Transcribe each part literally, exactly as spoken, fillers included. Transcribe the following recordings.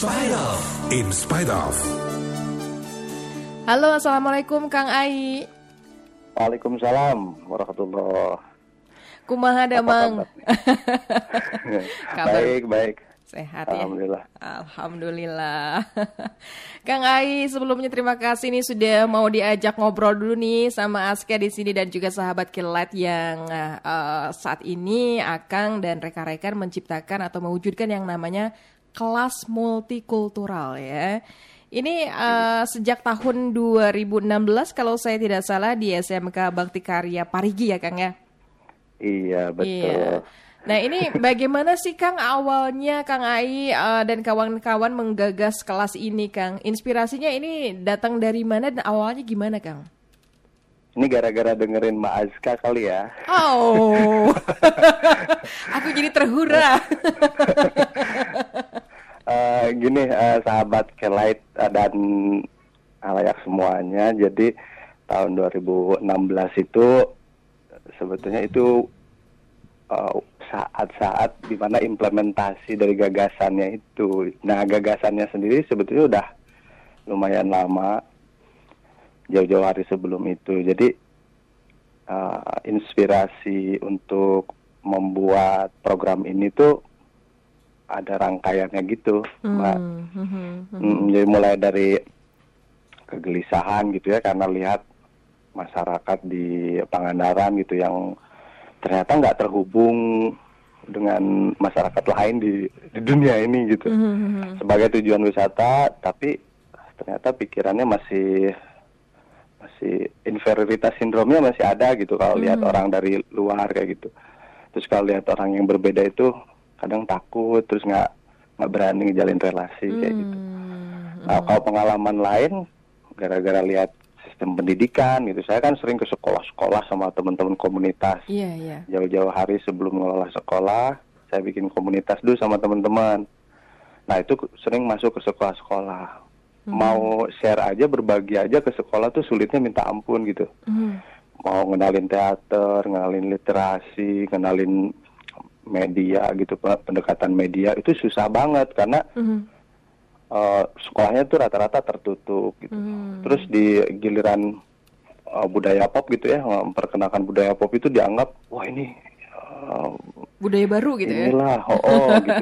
spite of. In spite of. Halo, assalamualaikum Kang Ai. Waalaikumsalam warahmatullahi. Kumaha damang? Baik, baik. Sehat ya? Alhamdulillah. Alhamdulillah. Kang Ai, sebelumnya terima kasih nih sudah mau diajak ngobrol dulu nih sama Aska di sini dan juga sahabat Kilat yang uh, saat ini Akang dan rekan-rekan menciptakan atau mewujudkan yang namanya kelas multikultural ya. Ini uh, sejak tahun dua ribu enam belas kalau saya tidak salah di S M K Bakti Karya Parigi ya Kang ya? Iya, betul. Iya. Nah ini bagaimana sih Kang awalnya Kang Ai uh, dan kawan-kawan menggagas kelas ini Kang? Inspirasinya ini datang dari mana dan awalnya gimana Kang? Ini gara-gara dengerin Mbak Azka kali ya. Oh, aku jadi terhura. uh, gini uh, sahabat Kelait uh, dan halayak semuanya. Jadi tahun dua ribu enam belas itu sebetulnya itu uh, saat-saat di mana implementasi dari gagasannya itu. Nah, gagasannya sendiri sebetulnya udah lumayan lama, jauh-jauh hari sebelum itu. Jadi uh, inspirasi untuk membuat program ini tuh ada rangkaiannya gitu, Mbak. Hmm, hmm, hmm, hmm. Jadi mulai dari kegelisahan gitu ya, karena lihat masyarakat di Pangandaran gitu yang ternyata nggak terhubung dengan masyarakat lain di, di dunia ini gitu. Mm-hmm. Sebagai tujuan wisata, tapi ternyata pikirannya masih masih inferioritas sindromnya masih ada gitu kalau mm-hmm. lihat orang dari luar kayak gitu. Terus kalau lihat orang yang berbeda itu kadang takut, terus nggak nggak berani ngejalin relasi kayak gitu. Mm-hmm. Nah kalau pengalaman lain, gara-gara lihat sistem pendidikan gitu. Saya kan sering ke sekolah-sekolah sama teman-teman komunitas. Iya, iya. Jauh-jauh hari sebelum ngelola sekolah, saya bikin komunitas dulu sama teman-teman. Nah, itu sering masuk ke sekolah-sekolah. Mm-hmm. Mau share aja, berbagi aja ke sekolah tuh sulitnya minta ampun gitu. Mm-hmm. Mau ngenalin teater, ngenalin literasi, ngenalin media gitu, pendekatan media itu susah banget karena mm-hmm. Uh, sekolahnya tuh rata-rata tertutup gitu. Hmm. Terus di giliran uh, budaya pop gitu ya, memperkenalkan budaya pop itu dianggap wah ini uh, budaya baru gitu inilah, ya. oh, oh gitu.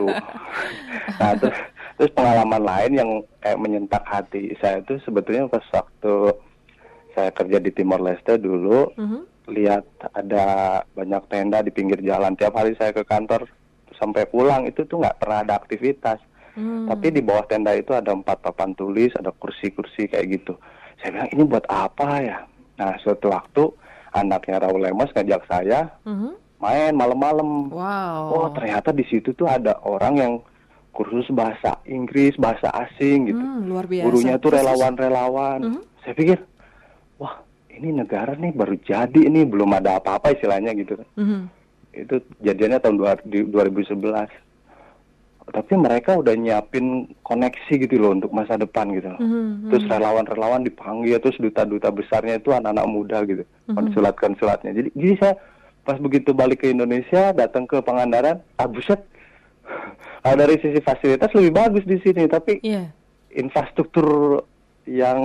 Nah terus terus pengalaman lain yang kayak menyentak hati saya itu sebetulnya pas waktu saya kerja di Timor Leste dulu, mm-hmm. lihat ada banyak tenda di pinggir jalan. Tiap hari saya ke kantor sampai pulang itu tuh nggak pernah ada aktivitas. Hmm. Tapi di bawah tenda itu ada empat papan tulis, ada kursi-kursi kayak gitu. Saya bilang ini buat apa ya? Nah suatu waktu anaknya Raul Lemos ngajak saya hmm. main malam-malam. Wow. Oh ternyata di situ tuh ada orang yang kursus bahasa Inggris, bahasa asing gitu. Hmm, luar biasa. Gurunya tuh relawan-relawan. Hmm. Saya pikir, wah ini negara nih baru jadi, ini belum ada apa-apa istilahnya gitu. Hmm. Itu jadinya tahun dua ribu sebelas. Tapi mereka udah nyiapin koneksi gitu loh untuk masa depan gitu loh. Mm-hmm. Terus relawan-relawan dipanggil, terus duta-duta besarnya itu anak-anak muda gitu. Mm-hmm. Konsulat-konsulatnya. Jadi, jadi saya pas begitu balik ke Indonesia, datang ke Pangandaran, ah buset. Nah, dari sisi fasilitas lebih bagus di sini, tapi yeah. infrastruktur yang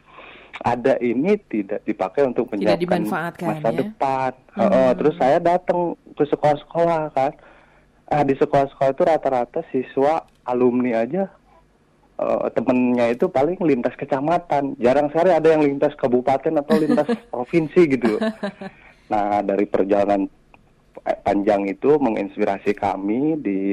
ada ini tidak dipakai untuk menyiapkan masa ya? depan. Mm-hmm. Uh, terus saya datang ke sekolah-sekolah kan. Ah di sekolah-sekolah itu rata-rata siswa alumni aja uh, temennya itu paling lintas kecamatan, jarang sekali ada yang lintas kabupaten atau lintas provinsi gitu. Nah dari perjalanan panjang itu menginspirasi kami di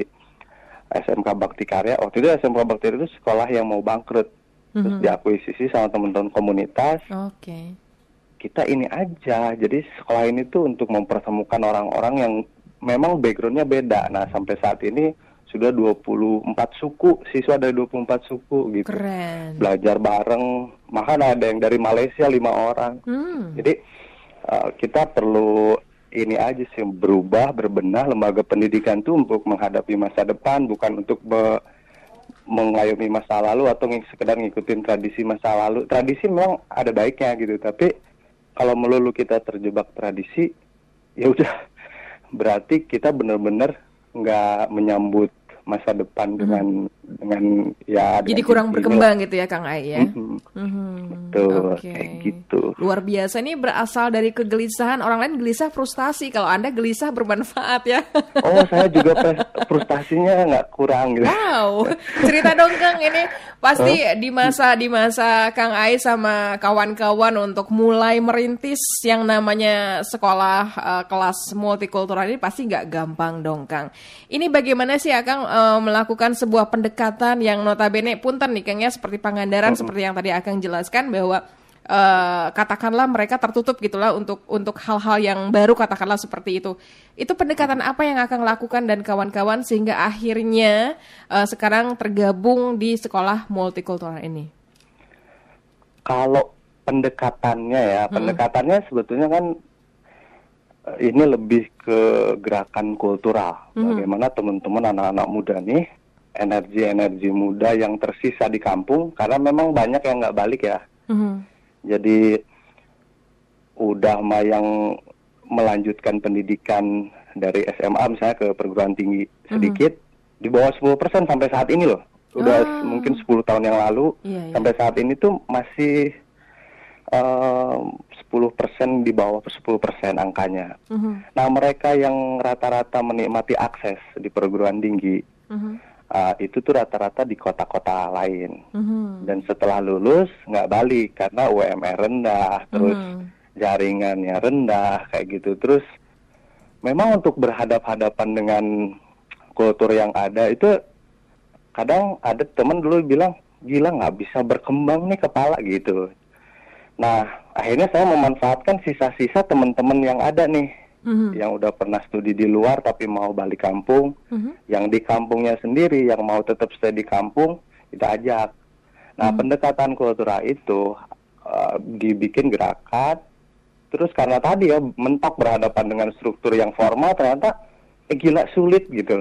S M K Bakti Karya. Waktu itu S M K Bakti Karya itu sekolah yang mau bangkrut, mm-hmm. terus diakuisisi sama teman-teman komunitas. Oke. Okay. Kita ini aja, jadi sekolah ini tuh untuk mempertemukan orang-orang yang memang backgroundnya beda. Nah sampai saat ini sudah dua puluh empat suku, siswa dari dua puluh empat suku gitu. Keren. Belajar bareng, bahkan ada yang dari Malaysia lima orang. Hmm. Jadi uh, kita perlu ini aja sih, berubah, berbenah lembaga pendidikan itu untuk menghadapi masa depan, bukan untuk be- mengayomi masa lalu atau ng- sekedar ngikutin tradisi masa lalu. Tradisi memang ada baiknya gitu, tapi kalau melulu kita terjebak tradisi, ya udah berarti kita benar-benar nggak menyambut masa depan dengan mm-hmm. dengan ya. Jadi kurang berkembang gitu ya Kang Ai ya. Mm-hmm. Mm-hmm. Tuh, okay. kayak gitu. Luar biasa, ini berasal dari kegelisahan. Orang lain gelisah frustasi, kalau Anda gelisah bermanfaat ya. Oh, saya juga frustasinya nggak kurang gitu. Wow, cerita dong Kang, ini pasti huh? di masa di masa Kang Ai sama kawan-kawan untuk mulai merintis yang namanya sekolah uh, kelas multikultural ini pasti nggak gampang dong Kang. Ini bagaimana sih Kang uh, melakukan sebuah pendekatan yang notabene punten nih Kang ya, seperti Pangandaran, uh-huh. seperti yang tadi Akang jelaskan bahwa uh, katakanlah mereka tertutup gitulah untuk untuk hal-hal yang baru, katakanlah seperti itu. Itu pendekatan apa yang Akang lakukan dan kawan-kawan sehingga akhirnya uh, sekarang tergabung di sekolah multikultural ini? Kalau pendekatannya ya, hmm. pendekatannya sebetulnya kan uh, ini lebih ke gerakan kultural. Hmm. Bagaimana teman-teman anak-anak muda nih, energi-energi muda yang tersisa di kampung, karena memang banyak yang nggak balik ya. Mm-hmm. Jadi udah mah yang melanjutkan pendidikan dari S M A misalnya ke perguruan tinggi sedikit, mm-hmm. di bawah sepuluh persen sampai saat ini loh. Udah oh. mungkin sepuluh tahun yang lalu, yeah, yeah. sampai saat ini tuh masih uh, sepuluh persen di bawah sepuluh persen angkanya. Mm-hmm. Nah mereka yang rata-rata menikmati akses di perguruan tinggi, mm-hmm. Uh, itu tuh rata-rata di kota-kota lain. Mm-hmm. Dan setelah lulus nggak balik karena U M R rendah, terus mm-hmm. jaringannya rendah kayak gitu. Terus memang untuk berhadap-hadapan dengan kultur yang ada itu kadang ada teman dulu bilang, gila nggak bisa berkembang nih kepala gitu. Nah akhirnya saya memanfaatkan sisa-sisa teman-teman yang ada nih. Mm-hmm. Yang udah pernah studi di luar tapi mau balik kampung, mm-hmm. yang di kampungnya sendiri yang mau tetap stay di kampung, kita ajak. Nah mm-hmm. pendekatan kultural itu uh, dibikin gerakan, terus karena tadi ya mentok berhadapan dengan struktur yang formal ternyata eh, gila sulit gitu.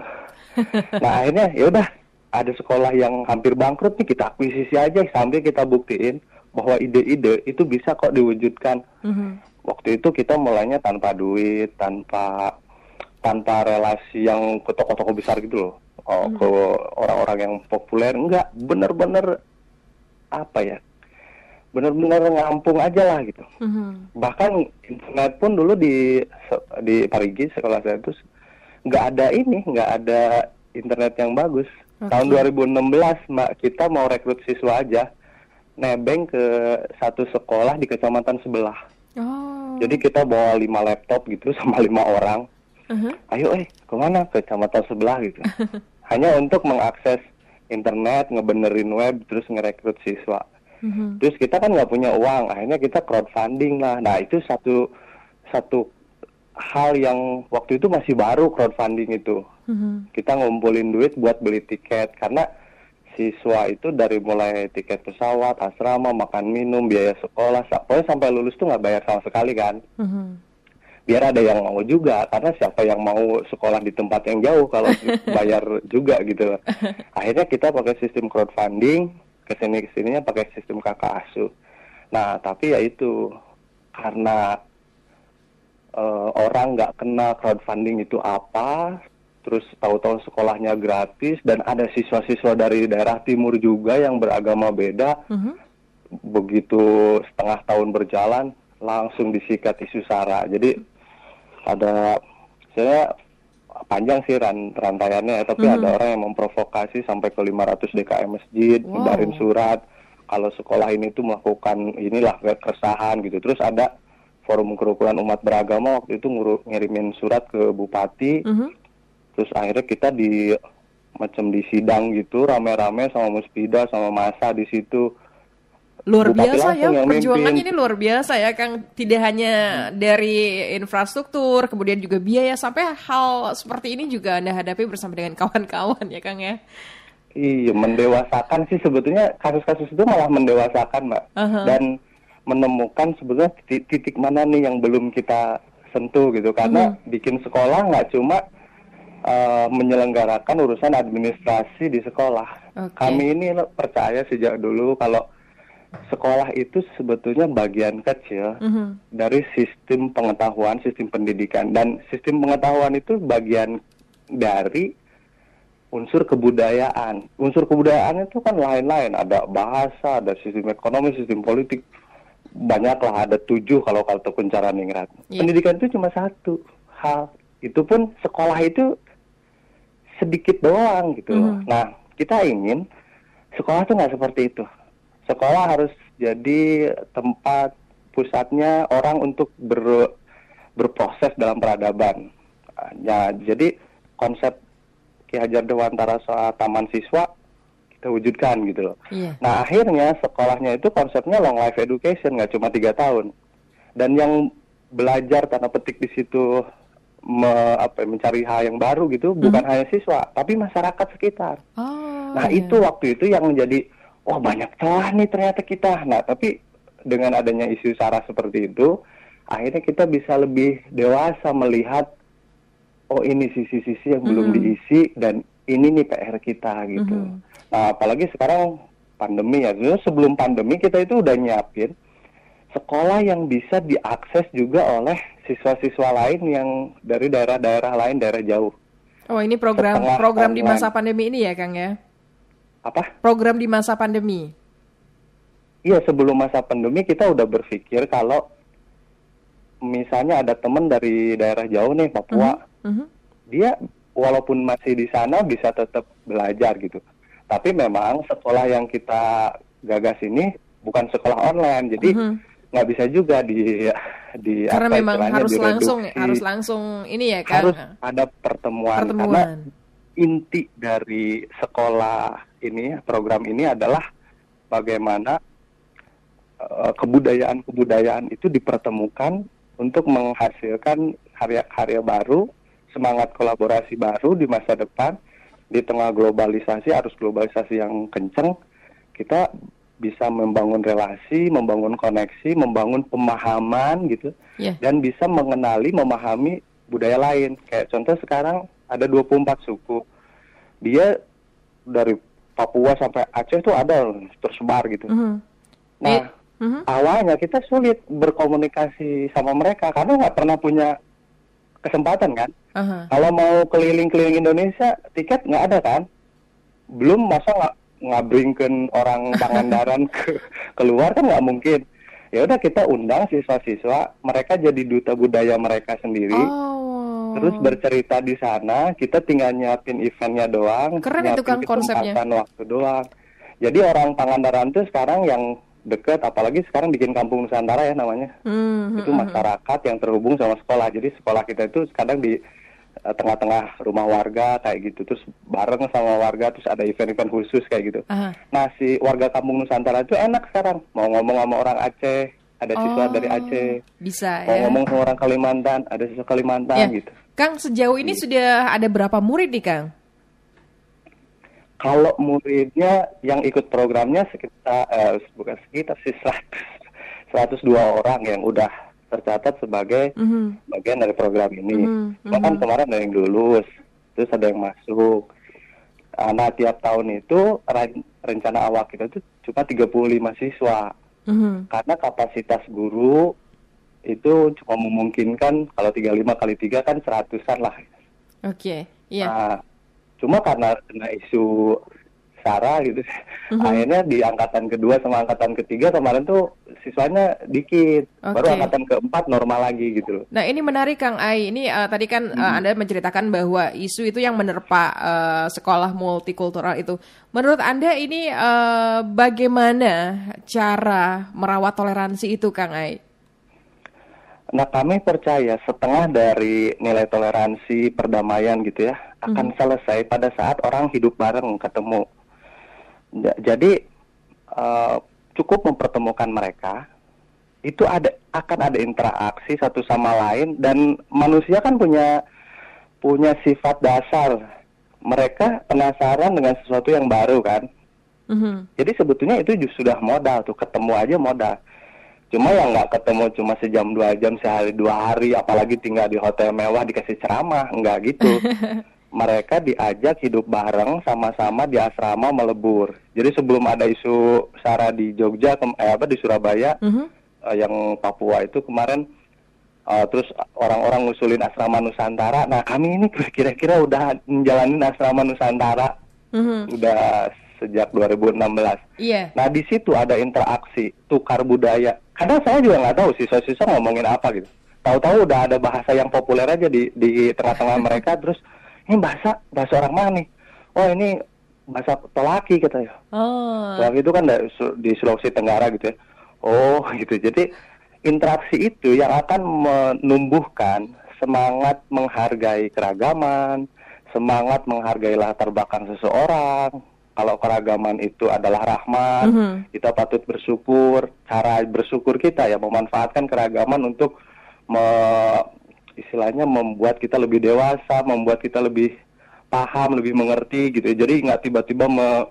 Nah akhirnya ya udah ada sekolah yang hampir bangkrut nih, kita akuisisi aja sambil kita buktiin bahwa ide-ide itu bisa kok diwujudkan. Mm-hmm. Waktu itu kita mulainya tanpa duit, tanpa tanpa relasi yang ke toko-toko besar gitu loh, oh, hmm. ke orang-orang yang populer, enggak, bener-bener apa ya, bener-bener ngampung aja lah gitu. Hmm. Bahkan internet pun dulu di di Parigi sekolah saya itu nggak ada ini, nggak ada internet yang bagus. Okay. Tahun dua ribu enam belas mbak, kita mau rekrut siswa aja, nebeng ke satu sekolah di kecamatan sebelah. Oh. Jadi kita bawa lima laptop gitu sama lima orang. Uh-huh. Ayo eh kemana? Ke kecamatan sebelah gitu. Hanya untuk mengakses internet, ngebenerin web, terus ngerekrut siswa. Uh-huh. Terus kita kan nggak punya uang, akhirnya kita crowdfunding lah. Nah itu satu satu hal yang waktu itu masih baru, crowdfunding itu. Uh-huh. Kita ngumpulin duit buat beli tiket karena siswa itu dari mulai tiket pesawat, asrama, makan minum, biaya sekolah, pokoknya sampai lulus tuh nggak bayar sama sekali kan. Mm-hmm. Biar ada yang mau juga, karena siapa yang mau sekolah di tempat yang jauh kalau bayar juga gitu. Akhirnya kita pakai sistem crowdfunding, kesini kesininya pakai sistem kakak asuh. Nah tapi ya itu karena uh, orang nggak kenal crowdfunding itu apa. Terus tahu-tahu sekolahnya gratis dan ada siswa-siswa dari daerah timur juga yang beragama beda. Uh-huh. Begitu setengah tahun berjalan langsung disikat isu SARA. Jadi ada, saya panjang sih ran, rantaiannya, tapi uh-huh. ada orang yang memprovokasi sampai ke lima ratus D K M masjid, wow. nyebarin surat kalau sekolah ini tuh melakukan inilah keresahan gitu. Terus ada forum kerukunan umat beragama waktu itu ngirimin surat ke bupati. Uh-huh. Terus akhirnya kita di macam di sidang gitu rame-rame sama Muspida sama massa di situ. Luar Bupati biasa ya perjuangannya ini luar biasa ya Kang. Tidak hanya hmm. dari infrastruktur, kemudian juga biaya, sampai hal seperti ini juga Anda hadapi bersama dengan kawan-kawan ya Kang ya. Iya, mendewasakan sih sebetulnya, kasus-kasus itu malah mendewasakan Mbak. Uh-huh. Dan menemukan sebetulnya titik, titik mana nih yang belum kita sentuh gitu. Karena uh-huh. bikin sekolah nggak cuma Uh, menyelenggarakan urusan administrasi di sekolah. Okay. Kami ini percaya sejak dulu kalau sekolah itu sebetulnya bagian kecil uh-huh. dari sistem pengetahuan, sistem pendidikan. Dan sistem pengetahuan itu bagian dari unsur kebudayaan. Unsur kebudayaan itu kan lain-lain, ada bahasa, ada sistem ekonomi, sistem politik, banyaklah, ada tujuh kalau kalau Kuncara Ningrat. Yeah. Pendidikan itu cuma satu hal, itu pun sekolah itu sedikit doang gitu. Mm. Nah, kita ingin sekolah tuh nggak seperti itu. Sekolah harus jadi tempat pusatnya orang untuk ber, berproses dalam peradaban. Ya, jadi konsep Ki Hajar Dewantara soal taman siswa kita wujudkan gitu loh. Yeah. Nah, akhirnya sekolahnya itu konsepnya long life education, nggak cuma tiga tahun. Dan yang belajar tanda petik di situ me, apa, mencari hal yang baru gitu, mm-hmm. bukan hanya siswa, tapi masyarakat sekitar. Oh, nah, yeah. itu waktu itu yang menjadi, wah, banyak celah nih ternyata kita. Nah, tapi dengan adanya isu SARA seperti itu, akhirnya kita bisa lebih dewasa melihat, oh, ini sisi-sisi yang belum mm-hmm. diisi, dan ini nih P R kita gitu. Mm-hmm. Nah, apalagi sekarang pandemi ya. Sebelum pandemi kita itu udah nyiapin sekolah yang bisa diakses juga oleh siswa-siswa lain yang dari daerah-daerah lain, daerah jauh. Oh, ini program Setengah program online. Di masa pandemi ini ya, Kang ya? Apa? Program di masa pandemi. Iya, sebelum masa pandemi kita udah berpikir kalau misalnya ada teman dari daerah jauh nih, Papua, uh-huh. dia walaupun masih di sana bisa tetap belajar gitu. Tapi memang sekolah yang kita gagas ini bukan sekolah online, jadi nggak uh-huh. bisa juga di di karena apa, memang harus langsung harus langsung ini ya kan, harus ada pertemuan, pertemuan karena inti dari sekolah ini, program ini adalah bagaimana uh, kebudayaan-kebudayaan itu dipertemukan untuk menghasilkan karya-karya baru, semangat kolaborasi baru di masa depan. Di tengah globalisasi, arus globalisasi yang kencang, kita bisa membangun relasi, membangun koneksi, membangun pemahaman gitu, yeah. dan bisa mengenali, memahami budaya lain. Kayak contoh sekarang ada dua puluh empat suku, dia dari Papua sampai Aceh itu ada tersebar gitu. Mm-hmm. Nah, mm-hmm. awalnya kita sulit berkomunikasi sama mereka karena nggak pernah punya kesempatan kan. Uh-huh. Kalau mau keliling-keliling Indonesia, tiket nggak ada kan? Belum, masa nggak ngabringkan orang Pangandaran ke keluar kan nggak mungkin. Ya udah, kita undang siswa-siswa, mereka jadi duta budaya mereka sendiri. Oh. Terus bercerita di sana, kita tinggal nyiapin eventnya doang. Keren itu kan konsepnya. Waktu doang. Jadi orang Pangandaran tuh sekarang yang dekat, apalagi sekarang bikin Kampung Nusantara ya namanya. Mm-hmm. Itu masyarakat yang terhubung sama sekolah. Jadi sekolah kita itu kadang di uh, tengah-tengah rumah warga kayak gitu. Terus bareng sama warga, terus ada event-event khusus kayak gitu. Uh-huh. Nah, si warga Kampung Nusantara itu enak sekarang. Mau ngomong sama orang Aceh, ada siswa oh, dari Aceh. Bisa Mau ya. ngomong sama orang Kalimantan, ada siswa Kalimantan ya. Gitu. Kang, sejauh ini hmm. sudah ada berapa murid nih, Kang? Kalau muridnya yang ikut programnya sekitar, eh, bukan sekitar sih, seratus dua orang yang udah tercatat sebagai mm-hmm. bagian dari program ini. Mm-hmm. Bahkan kemarin ada yang lulus, terus ada yang masuk. Nah, tiap tahun itu rencana awal kita itu cuma tiga puluh lima siswa. Mm-hmm. Karena kapasitas guru itu cuma memungkinkan kalau tiga puluh lima kali tiga kan seratusan lah. Oke, okay. Iya. Yeah. Nah, cuma karena kena isu SARA gitu, uh-huh. akhirnya di angkatan kedua sama angkatan ketiga kemarin tuh siswanya dikit, okay. baru angkatan keempat normal lagi gitu. Nah, ini menarik Kang Ai, ini uh, tadi kan uh, hmm. Anda menceritakan bahwa isu itu yang menerpa uh, sekolah multikultural itu. Menurut Anda ini uh, bagaimana cara merawat toleransi itu, Kang Ai? Nah, kami percaya setengah dari nilai toleransi perdamaian gitu ya akan mm-hmm. selesai pada saat orang hidup bareng, ketemu. Jadi uh, cukup mempertemukan mereka, itu ada akan ada interaksi satu sama lain, dan manusia kan punya punya sifat dasar. Mereka penasaran dengan sesuatu yang baru kan. Mm-hmm. Jadi sebetulnya itu sudah modal tuh, ketemu aja modal. Cuma yang nggak ketemu cuma sejam dua jam sehari dua hari, apalagi tinggal di hotel mewah dikasih ceramah, nggak gitu. Mereka diajak hidup bareng sama-sama di asrama melebur. Jadi sebelum ada isu SARA di Jogja, eh, apa di Surabaya, uh-huh. eh, yang Papua itu kemarin Uh, terus orang-orang ngusulin asrama Nusantara. Nah, kami ini kira-kira udah menjalanin asrama Nusantara mm-hmm. udah sejak dua ribu enam belas. Iya. Yeah. Nah, di situ ada interaksi, tukar budaya. Kadang saya juga nggak tahu siswa-siswa ngomongin apa gitu. Tahu-tahu udah ada bahasa yang populer aja di di tengah-tengah mereka. Terus ini bahasa bahasa orang mana nih? Oh, ini bahasa Tolaki katanya. Oh. Tolaki itu kan di Sulawesi Tenggara gitu ya. Oh, gitu. Jadi interaksi itu yang akan menumbuhkan semangat menghargai keragaman, semangat menghargai latar belakang seseorang. Kalau keragaman itu adalah rahmat, mm-hmm. kita patut bersyukur. Cara bersyukur kita ya memanfaatkan keragaman untuk me, istilahnya membuat kita lebih dewasa, membuat kita lebih paham, lebih mengerti gitu. Jadi nggak tiba-tiba me,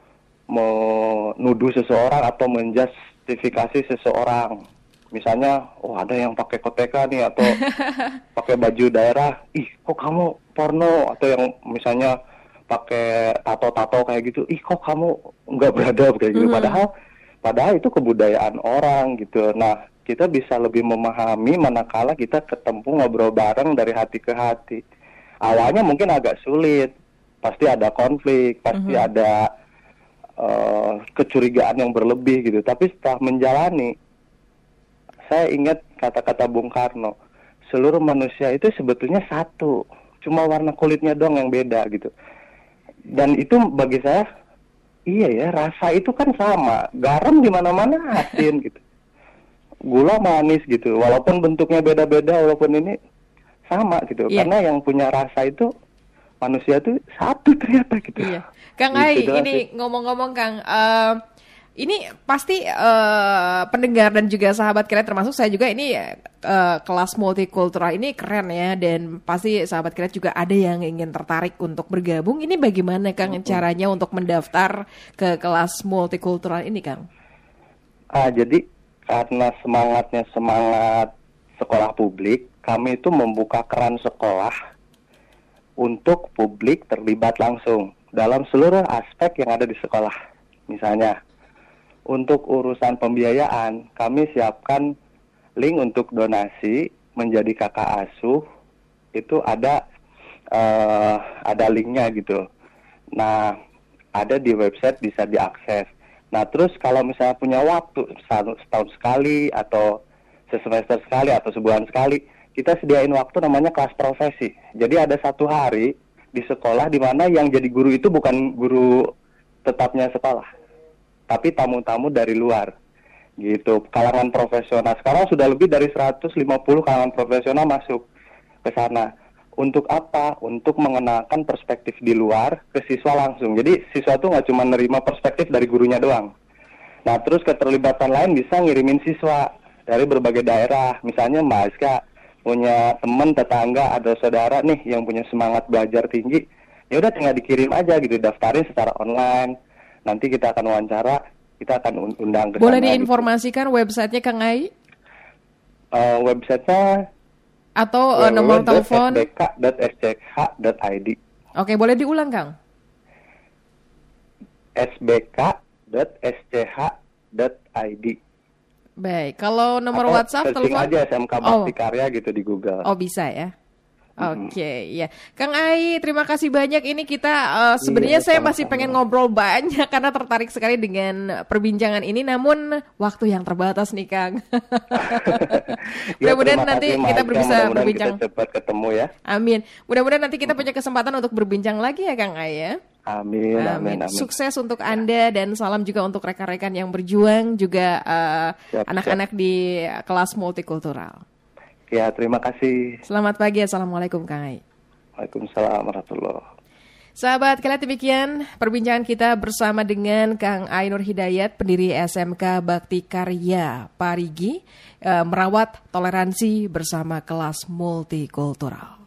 menuduh seseorang atau menjustifikasi seseorang. Misalnya, oh ada yang pakai koteka nih atau pakai baju daerah, ih kok kamu porno, atau yang misalnya pakai tato-tato kayak gitu, ih kok kamu nggak beradab kayak gitu. Mm-hmm. Padahal, padahal itu kebudayaan orang gitu. Nah, kita bisa lebih memahami manakala kita ketemu ngobrol bareng dari hati ke hati. Awalnya mungkin agak sulit, pasti ada konflik, pasti mm-hmm. ada uh, kecurigaan yang berlebih gitu. Tapi setelah menjalani, saya ingat kata-kata Bung Karno, seluruh manusia itu sebetulnya satu, cuma warna kulitnya doang yang beda gitu. Dan itu bagi saya, iya ya, rasa itu kan sama, garam di mana-mana asin gitu, gula manis gitu, walaupun bentuknya beda-beda, walaupun ini sama gitu, yeah. Karena yang punya rasa itu manusia itu satu ternyata gitu. Iya. Kang Ai, gitu ini ngomong-ngomong Kang. Uh... Ini pasti uh, pendengar dan juga sahabat kalian, termasuk saya juga, ini uh, kelas multikultural ini keren ya, dan pasti sahabat kalian juga ada yang ingin tertarik untuk bergabung. Ini bagaimana Kang mm-hmm. caranya untuk mendaftar ke kelas multikultural ini Kang? Ah, jadi karena semangatnya semangat sekolah publik, kami itu membuka keran sekolah untuk publik terlibat langsung dalam seluruh aspek yang ada di sekolah. Misalnya, untuk urusan pembiayaan, kami siapkan link untuk donasi menjadi kakak asuh. Itu ada uh, ada linknya gitu. Nah, ada di website, bisa diakses. Nah, terus kalau misalnya punya waktu setahun sekali atau sesemester sekali atau sebulan sekali, kita sediain waktu namanya kelas profesi. Jadi ada satu hari di sekolah di mana yang jadi guru itu bukan guru tetapnya sekolah, tapi tamu-tamu dari luar gitu, kalangan profesional. Sekarang sudah lebih dari seratus lima puluh kalangan profesional masuk ke sana. Untuk apa? Untuk mengenalkan perspektif di luar ke siswa langsung. Jadi siswa tuh nggak cuma nerima perspektif dari gurunya doang. Nah, terus keterlibatan lain bisa ngirimin siswa dari berbagai daerah. Misalnya Mbak Aska punya teman, tetangga, ada saudara nih yang punya semangat belajar tinggi, ya udah tinggal dikirim aja gitu, daftarin secara online. Nanti kita akan wawancara, kita akan undang ke sana. Boleh diinformasikan gitu. Websitenya Kang Ai? Uh, websitenya atau uh, nomor telepon s b k dot s c h dot i d. Oke, boleh diulang Kang? s b k dot s c h dot i d. Baik, kalau nomor atau WhatsApp, telepon? aja S M K Bakti oh. Karya gitu di Google. Oh, bisa ya? Oke, okay, ya. Kang Ai, terima kasih banyak. Ini kita uh, sebenarnya iya, saya sama-sama. Masih pengen ngobrol banyak karena tertarik sekali dengan perbincangan ini. Namun waktu yang terbatas nih, Kang. Ya, mudah-mudahan nanti kita bisa mudah-mudahan berbincang. Kita cepat ketemu ya. Amin. Mudah-mudahan nanti kita punya kesempatan untuk berbincang lagi ya, Kang Ai ya. Amin, amin, amin. Sukses untuk ya. Anda dan salam juga untuk rekan-rekan yang berjuang, juga uh, siap, anak-anak siap. Di kelas multikultural. Ya, terima kasih. Selamat pagi. Assalamualaikum, Kang Ai. Waalaikumsalam warahmatullahi. Sahabat, kalian demikian perbincangan kita bersama dengan Kang Ai Nur Hidayat, pendiri S M K Bakti Karya Parigi, eh, merawat toleransi bersama kelas multikultural.